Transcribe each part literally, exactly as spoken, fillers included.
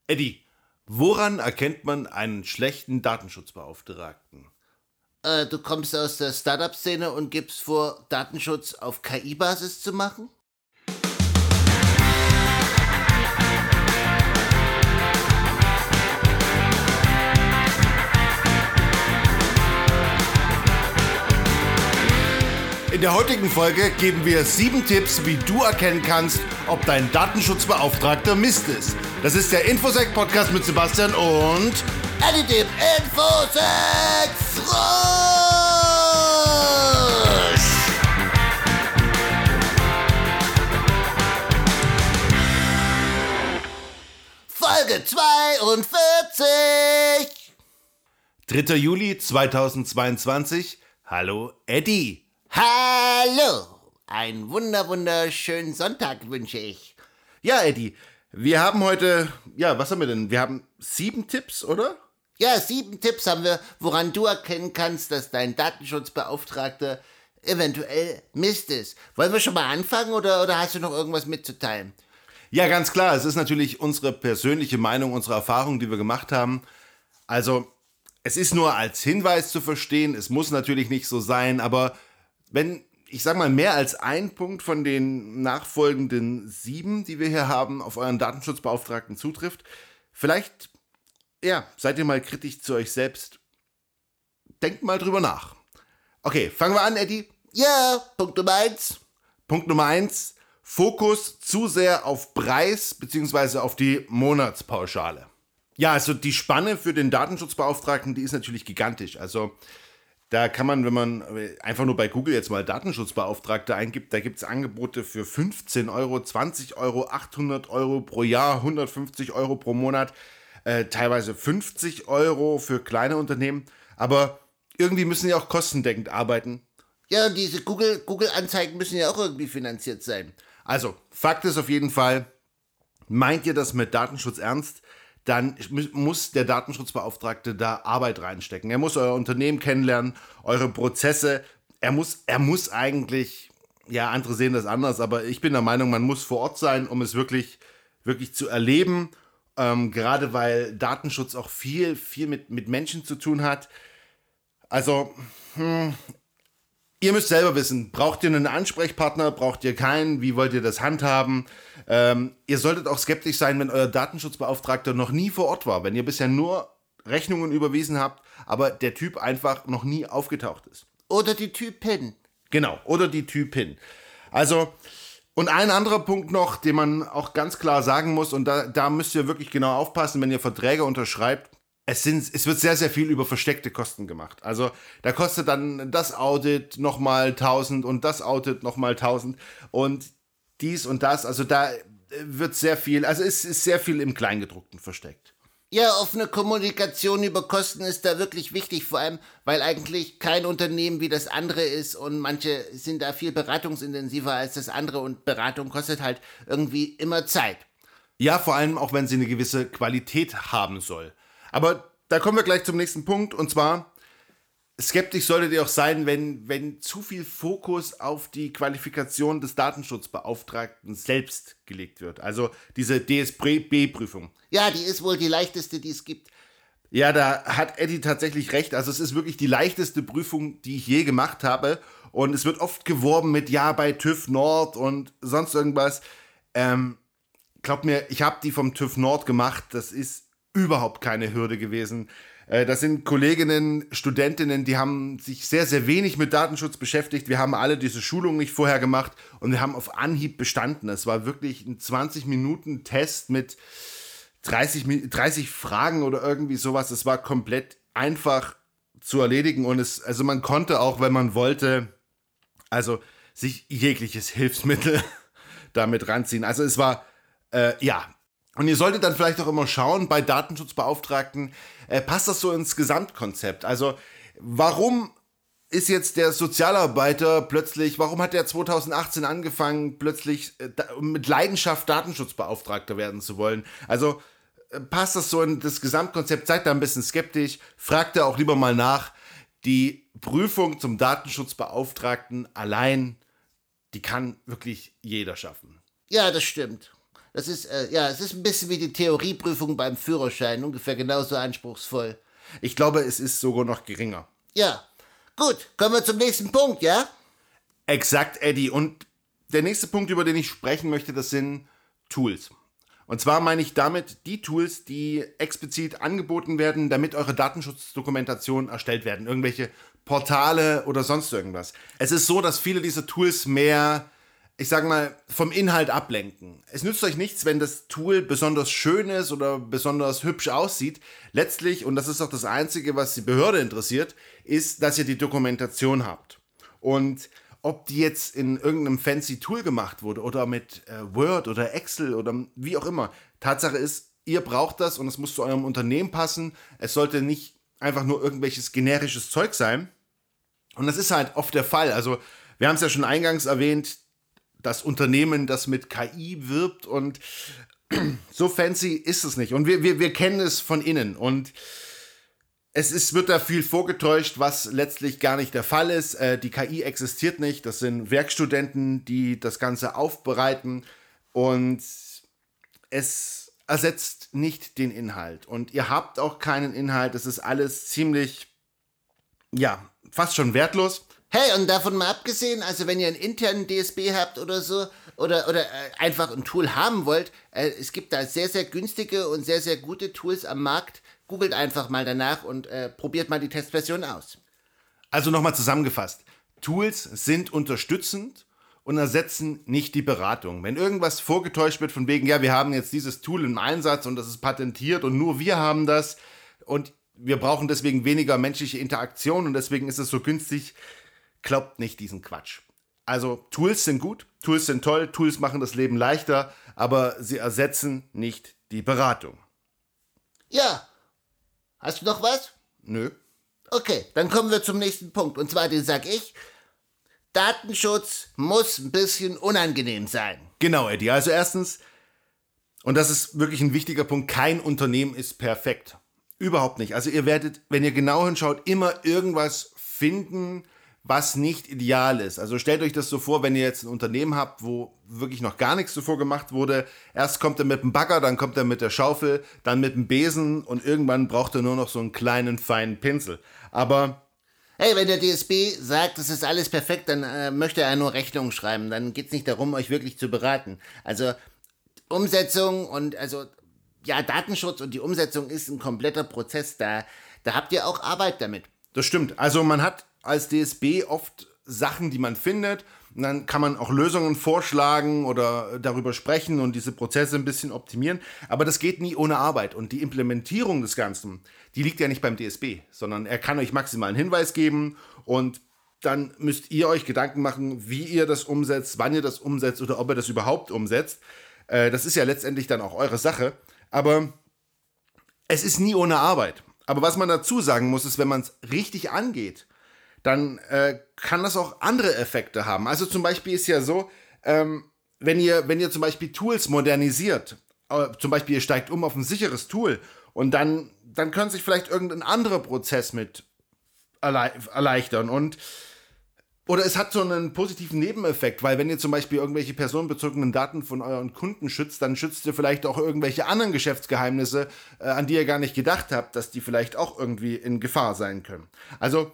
Eddie, woran erkennt man einen schlechten Datenschutzbeauftragten? Äh, du kommst aus der Startup-Szene und gibst vor, Datenschutz auf K I-Basis zu machen? In der heutigen Folge geben wir sieben Tipps, wie du erkennen kannst, ob dein Datenschutzbeauftragter Mist ist. Das ist der Infosec-Podcast mit Sebastian und Eddie dem Infosec Frosch! Folge zweiundvierzig! dritter Juli zweitausendzweiundzwanzig. Hallo Eddie. Hallo! Einen wunder wunderschönen Sonntag wünsche ich. Ja, Eddie, wir haben heute, ja, was haben wir denn? Wir haben sieben Tipps, oder? Ja, sieben Tipps haben wir, woran du erkennen kannst, dass dein Datenschutzbeauftragter eventuell Mist ist. Wollen wir schon mal anfangen oder, oder hast du noch irgendwas mitzuteilen? Ja, ganz klar. Es ist natürlich unsere persönliche Meinung, unsere Erfahrung, die wir gemacht haben. Also, es ist nur als Hinweis zu verstehen. Es muss natürlich nicht so sein, aber wenn, ich sag mal, mehr als ein Punkt von den nachfolgenden sieben, die wir hier haben, auf euren Datenschutzbeauftragten zutrifft, vielleicht, ja, seid ihr mal kritisch zu euch selbst. Denkt mal drüber nach. Okay, fangen wir an, Eddie. Ja, Punkt Nummer eins. Punkt Nummer eins, Fokus zu sehr auf Preis bzw. auf die Monatspauschale. Ja, also die Spanne für den Datenschutzbeauftragten, die ist natürlich gigantisch. Also da kann man, wenn man einfach nur bei Google jetzt mal Datenschutzbeauftragte eingibt, da gibt es Angebote für fünfzehn Euro, zwanzig Euro, achthundert Euro pro Jahr, hundertfünfzig Euro pro Monat, äh, teilweise fünfzig Euro für kleine Unternehmen. Aber irgendwie müssen die auch kostendeckend arbeiten. Ja, und diese Google, Google-Anzeigen müssen ja auch irgendwie finanziert sein. Also, Fakt ist auf jeden Fall, meint ihr das mit Datenschutz ernst, dann muss der Datenschutzbeauftragte da Arbeit reinstecken. Er muss euer Unternehmen kennenlernen, eure Prozesse. Er muss, er muss eigentlich, ja, andere sehen das anders, aber ich bin der Meinung, man muss vor Ort sein, um es wirklich, wirklich zu erleben. Ähm, gerade weil Datenschutz auch viel, viel mit, mit Menschen zu tun hat. Also, hm, ihr müsst selber wissen, braucht ihr einen Ansprechpartner, braucht ihr keinen, wie wollt ihr das handhaben? Ähm, ihr solltet auch skeptisch sein, wenn euer Datenschutzbeauftragter noch nie vor Ort war, wenn ihr bisher nur Rechnungen überwiesen habt, aber der Typ einfach noch nie aufgetaucht ist. Oder die Typin. Genau, oder die Typin. Also, und ein anderer Punkt noch, den man auch ganz klar sagen muss, und da, da müsst ihr wirklich genau aufpassen, wenn ihr Verträge unterschreibt, Es, sind, es wird sehr, sehr viel über versteckte Kosten gemacht. Also da kostet dann das Audit nochmal tausend und das Audit nochmal tausend und dies und das. Also da wird sehr viel, also es ist sehr viel im Kleingedruckten versteckt. Ja, offene Kommunikation über Kosten ist da wirklich wichtig, vor allem, weil eigentlich kein Unternehmen wie das andere ist und manche sind da viel beratungsintensiver als das andere und Beratung kostet halt irgendwie immer Zeit. Ja, vor allem auch, wenn sie eine gewisse Qualität haben soll. Aber da kommen wir gleich zum nächsten Punkt, und zwar, skeptisch solltet ihr auch sein, wenn, wenn zu viel Fokus auf die Qualifikation des Datenschutzbeauftragten selbst gelegt wird. Also diese D S B-Prüfung. Ja, die ist wohl die leichteste, die es gibt. Ja, da hat Eddie tatsächlich recht. Also es ist wirklich die leichteste Prüfung, die ich je gemacht habe. Und es wird oft geworben mit, ja, bei TÜV Nord und sonst irgendwas. Ähm, glaub mir, ich habe die vom TÜV Nord gemacht. Das ist überhaupt keine Hürde gewesen. Das sind Kolleginnen, Studentinnen, die haben sich sehr, sehr wenig mit Datenschutz beschäftigt. Wir haben alle diese Schulung nicht vorher gemacht und wir haben auf Anhieb bestanden. Es war wirklich ein zwanzig Minuten Test mit dreißig, dreißig Fragen oder irgendwie sowas. Es war komplett einfach zu erledigen und es, also man konnte auch, wenn man wollte, also sich jegliches Hilfsmittel damit ranziehen. Also es war, äh, ja, und ihr solltet dann vielleicht auch immer schauen, bei Datenschutzbeauftragten, äh, passt das so ins Gesamtkonzept? Also, warum ist jetzt der Sozialarbeiter plötzlich, warum hat der zweitausendachtzehn angefangen, plötzlich äh, da, mit Leidenschaft Datenschutzbeauftragter werden zu wollen? Also, äh, passt das so in das Gesamtkonzept? Seid da ein bisschen skeptisch, fragt da auch lieber mal nach. Die Prüfung zum Datenschutzbeauftragten allein, die kann wirklich jeder schaffen. Ja, das stimmt. Das ist, äh, ja, es ist ein bisschen wie die Theorieprüfung beim Führerschein, ungefähr genauso anspruchsvoll. Ich glaube, es ist sogar noch geringer. Ja, gut, kommen wir zum nächsten Punkt, ja? Exakt, Eddie. Und der nächste Punkt, über den ich sprechen möchte, das sind Tools. Und zwar meine ich damit die Tools, die explizit angeboten werden, damit eure Datenschutzdokumentation erstellt werden. Irgendwelche Portale oder sonst irgendwas. Es ist so, dass viele dieser Tools mehr, ich sage mal, vom Inhalt ablenken. Es nützt euch nichts, wenn das Tool besonders schön ist oder besonders hübsch aussieht. Letztlich, und das ist auch das Einzige, was die Behörde interessiert, ist, dass ihr die Dokumentation habt. Und ob die jetzt in irgendeinem fancy Tool gemacht wurde oder mit äh, Word oder Excel oder wie auch immer. Tatsache ist, ihr braucht das und es muss zu eurem Unternehmen passen. Es sollte nicht einfach nur irgendwelches generisches Zeug sein. Und das ist halt oft der Fall. Also wir haben es ja schon eingangs erwähnt, das Unternehmen, das mit K I wirbt und so fancy ist es nicht. Und wir, wir, wir kennen es von innen und Es ist, wird da viel vorgetäuscht, was letztlich gar nicht der Fall ist. Äh, die K I existiert nicht. Das sind Werkstudenten, die das Ganze aufbereiten. Und es ersetzt nicht den Inhalt. Und ihr habt auch keinen Inhalt. Es ist alles ziemlich, ja, fast schon wertlos. Hey, und davon mal abgesehen, also wenn ihr einen internen D S B habt oder so, oder, oder äh, einfach ein Tool haben wollt, äh, es gibt da sehr, sehr günstige und sehr, sehr gute Tools am Markt. Googelt einfach mal danach und äh, probiert mal die Testversion aus. Also nochmal zusammengefasst. Tools sind unterstützend und ersetzen nicht die Beratung. Wenn irgendwas vorgetäuscht wird von wegen, ja, wir haben jetzt dieses Tool im Einsatz und das ist patentiert und nur wir haben das und wir brauchen deswegen weniger menschliche Interaktion und deswegen ist es so günstig, glaubt nicht diesen Quatsch. Also Tools sind gut, Tools sind toll, Tools machen das Leben leichter, aber sie ersetzen nicht die Beratung. Ja. Hast du noch was? Nö. Okay, dann kommen wir zum nächsten Punkt. Und zwar, den sag ich, Datenschutz muss ein bisschen unangenehm sein. Genau, Eddie. Also erstens, und das ist wirklich ein wichtiger Punkt, kein Unternehmen ist perfekt. Überhaupt nicht. Also ihr werdet, wenn ihr genau hinschaut, immer irgendwas finden, was nicht ideal ist. Also stellt euch das so vor, wenn ihr jetzt ein Unternehmen habt, wo wirklich noch gar nichts zuvor gemacht wurde. Erst kommt er mit dem Bagger, dann kommt er mit der Schaufel, dann mit dem Besen und irgendwann braucht er nur noch so einen kleinen, feinen Pinsel. Aber hey, wenn der D S B sagt, das ist alles perfekt, dann äh, möchte er nur Rechnungen schreiben. Dann geht es nicht darum, euch wirklich zu beraten. Also Umsetzung und also ja, Datenschutz und die Umsetzung ist ein kompletter Prozess. Da, da habt ihr auch Arbeit damit. Das stimmt. Also man hat als D S B oft Sachen, die man findet. Und dann kann man auch Lösungen vorschlagen oder darüber sprechen und diese Prozesse ein bisschen optimieren. Aber das geht nie ohne Arbeit. Und die Implementierung des Ganzen, die liegt ja nicht beim D S B, sondern er kann euch maximal einen Hinweis geben und dann müsst ihr euch Gedanken machen, wie ihr das umsetzt, wann ihr das umsetzt oder ob ihr das überhaupt umsetzt. Äh, das ist ja letztendlich dann auch eure Sache. Aber es ist nie ohne Arbeit. Aber was man dazu sagen muss, ist, wenn man es richtig angeht, dann äh, kann das auch andere Effekte haben. Also zum Beispiel ist ja so, ähm, wenn ihr, wenn ihr zum Beispiel Tools modernisiert, äh, zum Beispiel ihr steigt um auf ein sicheres Tool und dann, dann könnte sich vielleicht irgendein anderer Prozess mit erle- erleichtern und oder es hat so einen positiven Nebeneffekt, weil wenn ihr zum Beispiel irgendwelche personenbezogenen Daten von euren Kunden schützt, dann schützt ihr vielleicht auch irgendwelche anderen Geschäftsgeheimnisse, äh, an die ihr gar nicht gedacht habt, dass die vielleicht auch irgendwie in Gefahr sein können. Also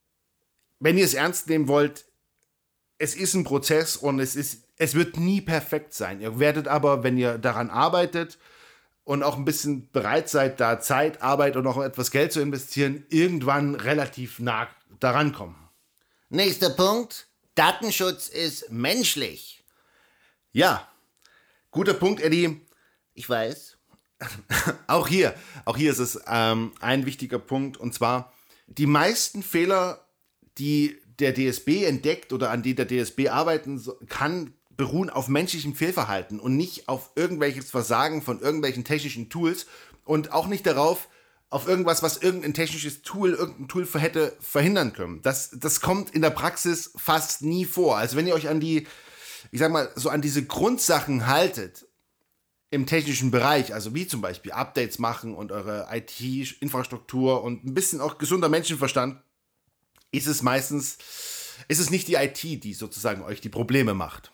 wenn ihr es ernst nehmen wollt, es ist ein Prozess und es ist, es wird nie perfekt sein. Ihr werdet aber, wenn ihr daran arbeitet und auch ein bisschen bereit seid, da Zeit, Arbeit und auch etwas Geld zu investieren, irgendwann relativ nah daran kommen. Nächster Punkt. Datenschutz ist menschlich. Ja, guter Punkt, Eddie. Ich weiß. Auch hier, auch hier ist es ähm, ein wichtiger Punkt und zwar die meisten Fehler, die der D S B entdeckt oder an die der D S B arbeiten kann, beruhen auf menschlichem Fehlverhalten und nicht auf irgendwelches Versagen von irgendwelchen technischen Tools und auch nicht darauf, auf irgendwas, was irgendein technisches Tool, irgendein Tool hätte verhindern können. Das, das kommt in der Praxis fast nie vor. Also wenn ihr euch an die, ich sag mal, so an diese Grundsachen haltet im technischen Bereich, also wie zum Beispiel Updates machen und eure I T-Infrastruktur und ein bisschen auch gesunder Menschenverstand, ist es meistens, ist es nicht die I T, die sozusagen euch die Probleme macht.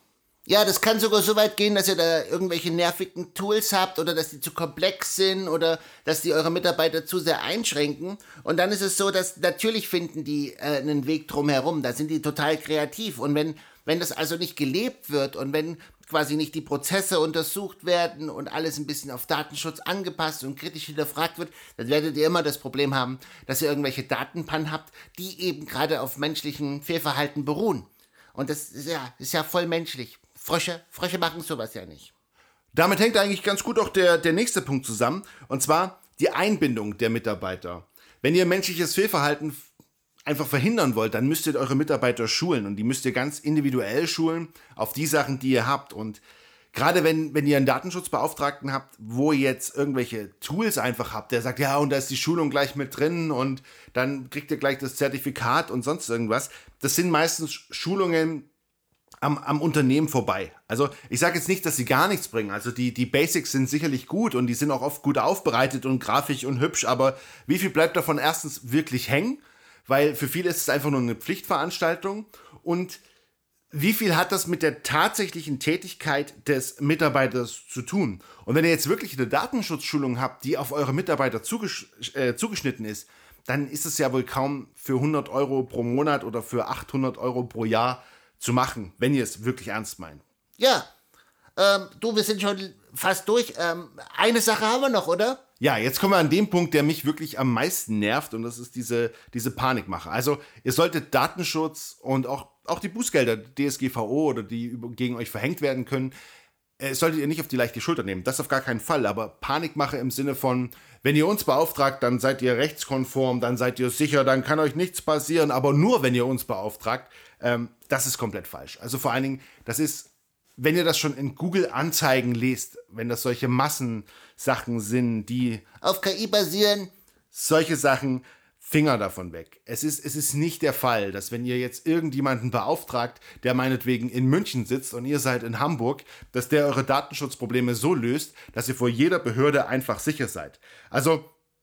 Ja, das kann sogar so weit gehen, dass ihr da irgendwelche nervigen Tools habt oder dass die zu komplex sind oder dass die eure Mitarbeiter zu sehr einschränken. Und dann ist es so, dass natürlich finden die äh, einen Weg drumherum. Da sind die total kreativ. Und wenn, wenn das also nicht gelebt wird und wenn quasi nicht die Prozesse untersucht werden und alles ein bisschen auf Datenschutz angepasst und kritisch hinterfragt wird, dann werdet ihr immer das Problem haben, dass ihr irgendwelche Datenpannen habt, die eben gerade auf menschlichen Fehlverhalten beruhen. Und das ist ja, ist ja voll menschlich. Frösche, Frösche machen sowas ja nicht. Damit hängt eigentlich ganz gut auch der, der nächste Punkt zusammen, und zwar die Einbindung der Mitarbeiter. Wenn ihr menschliches Fehlverhalten einfach verhindern wollt, dann müsst ihr eure Mitarbeiter schulen, und die müsst ihr ganz individuell schulen auf die Sachen, die ihr habt. Und gerade wenn, wenn ihr einen Datenschutzbeauftragten habt, wo ihr jetzt irgendwelche Tools einfach habt, der sagt, ja, und da ist die Schulung gleich mit drin und dann kriegt ihr gleich das Zertifikat und sonst irgendwas. Das sind meistens Schulungen Am, am Unternehmen vorbei. Also ich sage jetzt nicht, dass sie gar nichts bringen. Also die, die Basics sind sicherlich gut und die sind auch oft gut aufbereitet und grafisch und hübsch, aber wie viel bleibt davon erstens wirklich hängen? Weil für viele ist es einfach nur eine Pflichtveranstaltung. Und wie viel hat das mit der tatsächlichen Tätigkeit des Mitarbeiters zu tun? Und wenn ihr jetzt wirklich eine Datenschutzschulung habt, die auf eure Mitarbeiter zugesch- äh, zugeschnitten ist, dann ist es ja wohl kaum für hundert Euro pro Monat oder für achthundert Euro pro Jahr zu machen, wenn ihr es wirklich ernst meint. Ja, ähm, du, wir sind schon fast durch. Ähm, eine Sache haben wir noch, oder? Ja, jetzt kommen wir an den Punkt, der mich wirklich am meisten nervt, und das ist diese, diese Panikmache. Also ihr solltet Datenschutz und auch, auch die Bußgelder, D S G V O oder die über, gegen euch verhängt werden können, äh, solltet ihr nicht auf die leichte Schulter nehmen. Das auf gar keinen Fall, aber Panikmache im Sinne von, wenn ihr uns beauftragt, dann seid ihr rechtskonform, dann seid ihr sicher, dann kann euch nichts passieren, aber nur, wenn ihr uns beauftragt, ähm, das ist komplett falsch. Also vor allen Dingen, das ist, wenn ihr das schon in Google-Anzeigen lest, wenn das solche Massensachen sind, die auf K I basieren, solche Sachen, Finger davon weg. Es ist, es ist nicht der Fall, dass wenn ihr jetzt irgendjemanden beauftragt, der meinetwegen in München sitzt und ihr seid in Hamburg, dass der eure Datenschutzprobleme so löst, dass ihr vor jeder Behörde einfach sicher seid. Also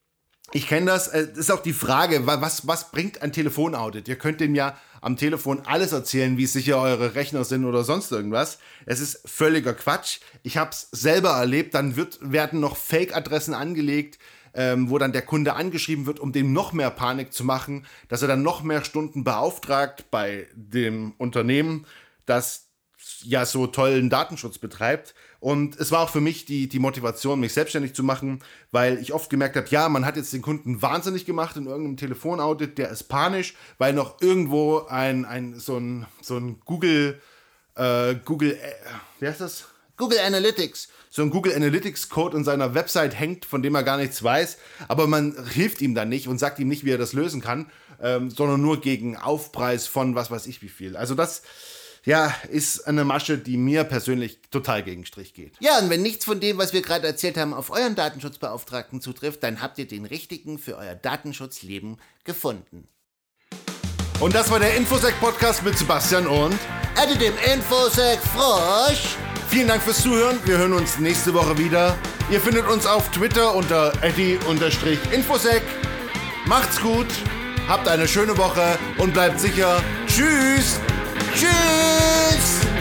ich kenne das, es ist auch die Frage, was, was bringt ein Telefonaudit? Ihr könnt dem ja am Telefon alles erzählen, wie sicher eure Rechner sind oder sonst irgendwas. Es ist völliger Quatsch. Ich habe es selber erlebt, dann wird, werden noch Fake-Adressen angelegt, ähm, wo dann der Kunde angeschrieben wird, um dem noch mehr Panik zu machen, dass er dann noch mehr Stunden beauftragt bei dem Unternehmen, das ja so tollen Datenschutz betreibt. Und es war auch für mich die, die Motivation, mich selbstständig zu machen, weil ich oft gemerkt habe, ja, man hat jetzt den Kunden wahnsinnig gemacht in irgendeinem Telefonaudit, der ist panisch, weil noch irgendwo ein, ein so ein, so ein Google, äh, Google, äh, wie heißt das? Google Analytics. So ein Google Analytics Code in seiner Website hängt, von dem er gar nichts weiß, aber man hilft ihm dann nicht und sagt ihm nicht, wie er das lösen kann, ähm, sondern nur gegen Aufpreis von was weiß ich wie viel. Also das, ja, ist eine Masche, die mir persönlich total gegen den Strich geht. Ja, und wenn nichts von dem, was wir gerade erzählt haben, auf euren Datenschutzbeauftragten zutrifft, dann habt ihr den richtigen für euer Datenschutzleben gefunden. Und das war der Infosec-Podcast mit Sebastian und Eddie, dem Infosec Frosch. Vielen Dank fürs Zuhören. Wir hören uns nächste Woche wieder. Ihr findet uns auf Twitter unter Eddie-Infosec. Macht's gut, habt eine schöne Woche und bleibt sicher. Tschüss! Tschüss!